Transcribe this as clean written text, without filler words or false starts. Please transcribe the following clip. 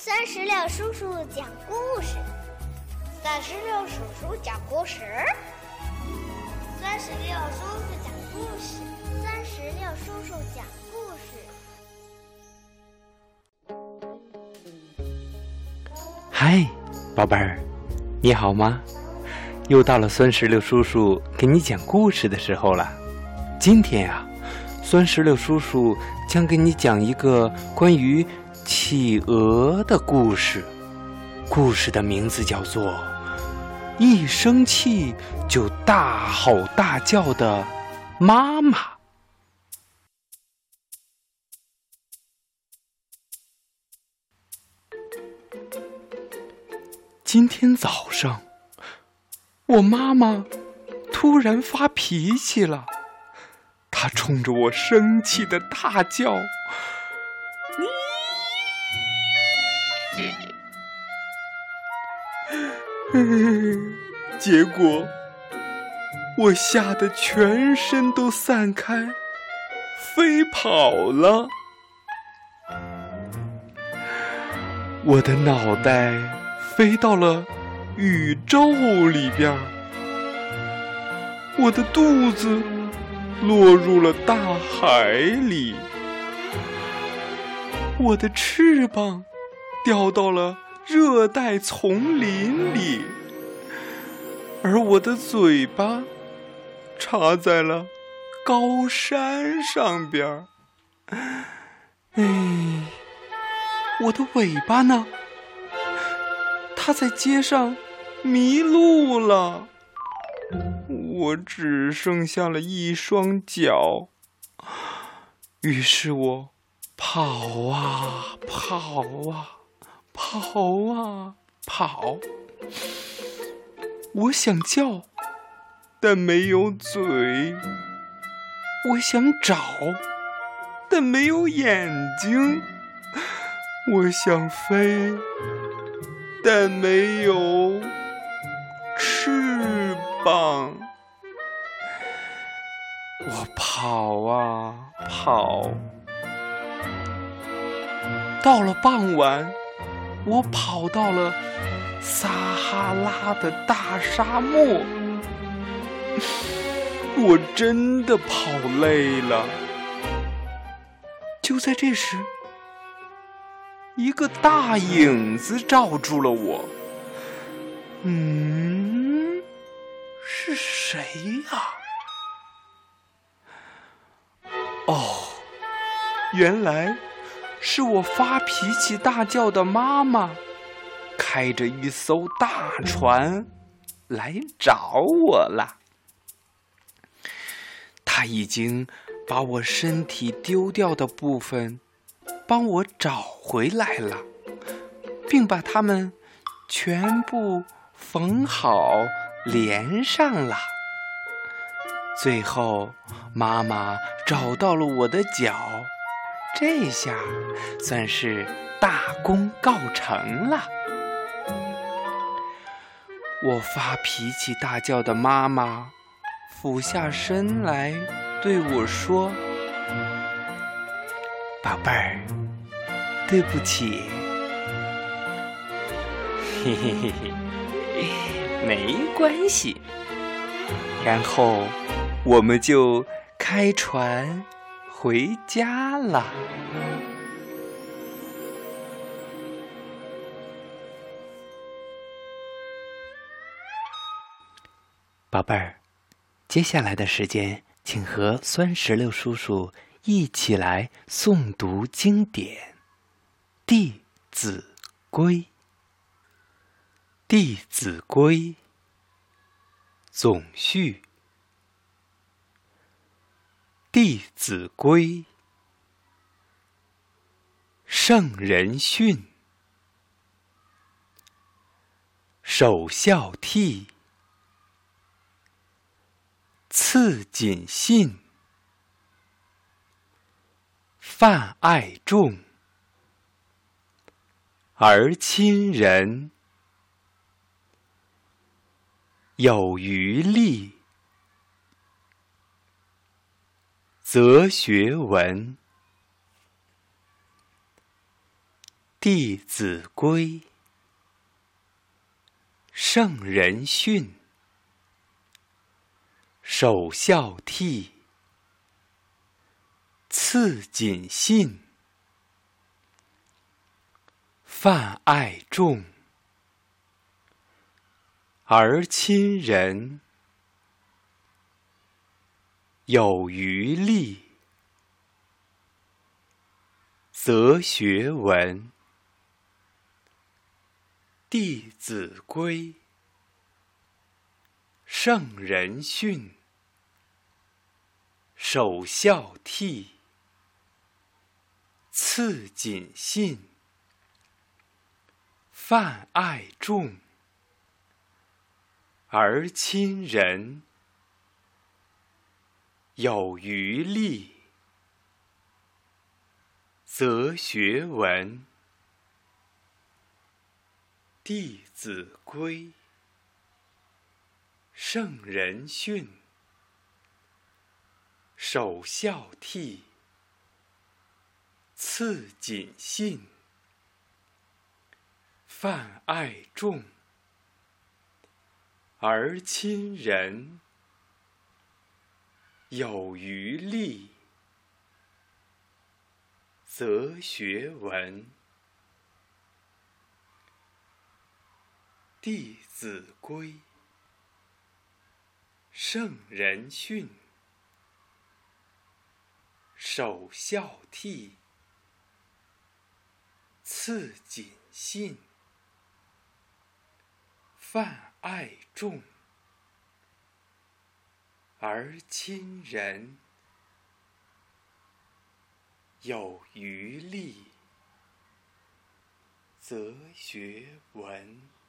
酸石榴叔叔讲故事，酸石榴叔叔讲故事，酸石榴叔叔讲故事，酸石榴叔叔讲故事。嗨，宝贝儿，你好吗？又到了酸石榴叔叔给你讲故事的时候了。今天啊，酸石榴叔叔将给你讲一个关于企鹅的故事。故事的名字叫做一生气就大吼大叫的妈妈。今天早上，我妈妈突然发脾气了，她冲着我生气的大叫，结果我吓得全身都散开，飞跑了。我的脑袋飞到了宇宙里边，我的肚子落入了大海里，我的翅膀掉到了热带丛林里，而我的嘴巴插在了高山上边。我的尾巴呢？它在街上迷路了，我只剩下了一双脚，于是我跑啊跑啊跑啊跑，我想叫，但没有嘴；我想找，但没有眼睛；我想飞，但没有翅膀。我跑啊跑，到了傍晚，我跑到了撒哈拉的大沙漠。我真的跑累了。就在这时，一个大影子罩住了我。是谁呀？哦，原来是我发脾气大叫的妈妈，开着一艘大船来找我了。她已经把我身体丢掉的部分帮我找回来了，并把它们全部缝好连上了。最后妈妈找到了我的脚，这下算是大功告成了。我发脾气大叫的妈妈俯下身来对我说，宝贝儿，对不起。嘿嘿嘿嘿，没关系。然后我们就开船回家了。宝贝儿，接下来的时间，请和酸石榴叔叔一起来诵读经典《弟子规》。《弟子规》总序。弟子规，圣人训，首孝悌，次谨信，泛爱众，而亲仁，有余力，则学文。 弟子规》，圣人训，首孝悌，次谨信，泛爱众，而亲仁，有余力，则学文。《弟子规》，圣人训，首孝悌，次谨信，泛爱众，而亲仁，有余力，则学文。《弟子规》，圣人训，首孝悌，次谨信，泛爱众，而亲仁，有余力，则学文。《弟子规》，圣人训，首孝悌，次谨信，泛爱众，而亲仁，有余力，则学文。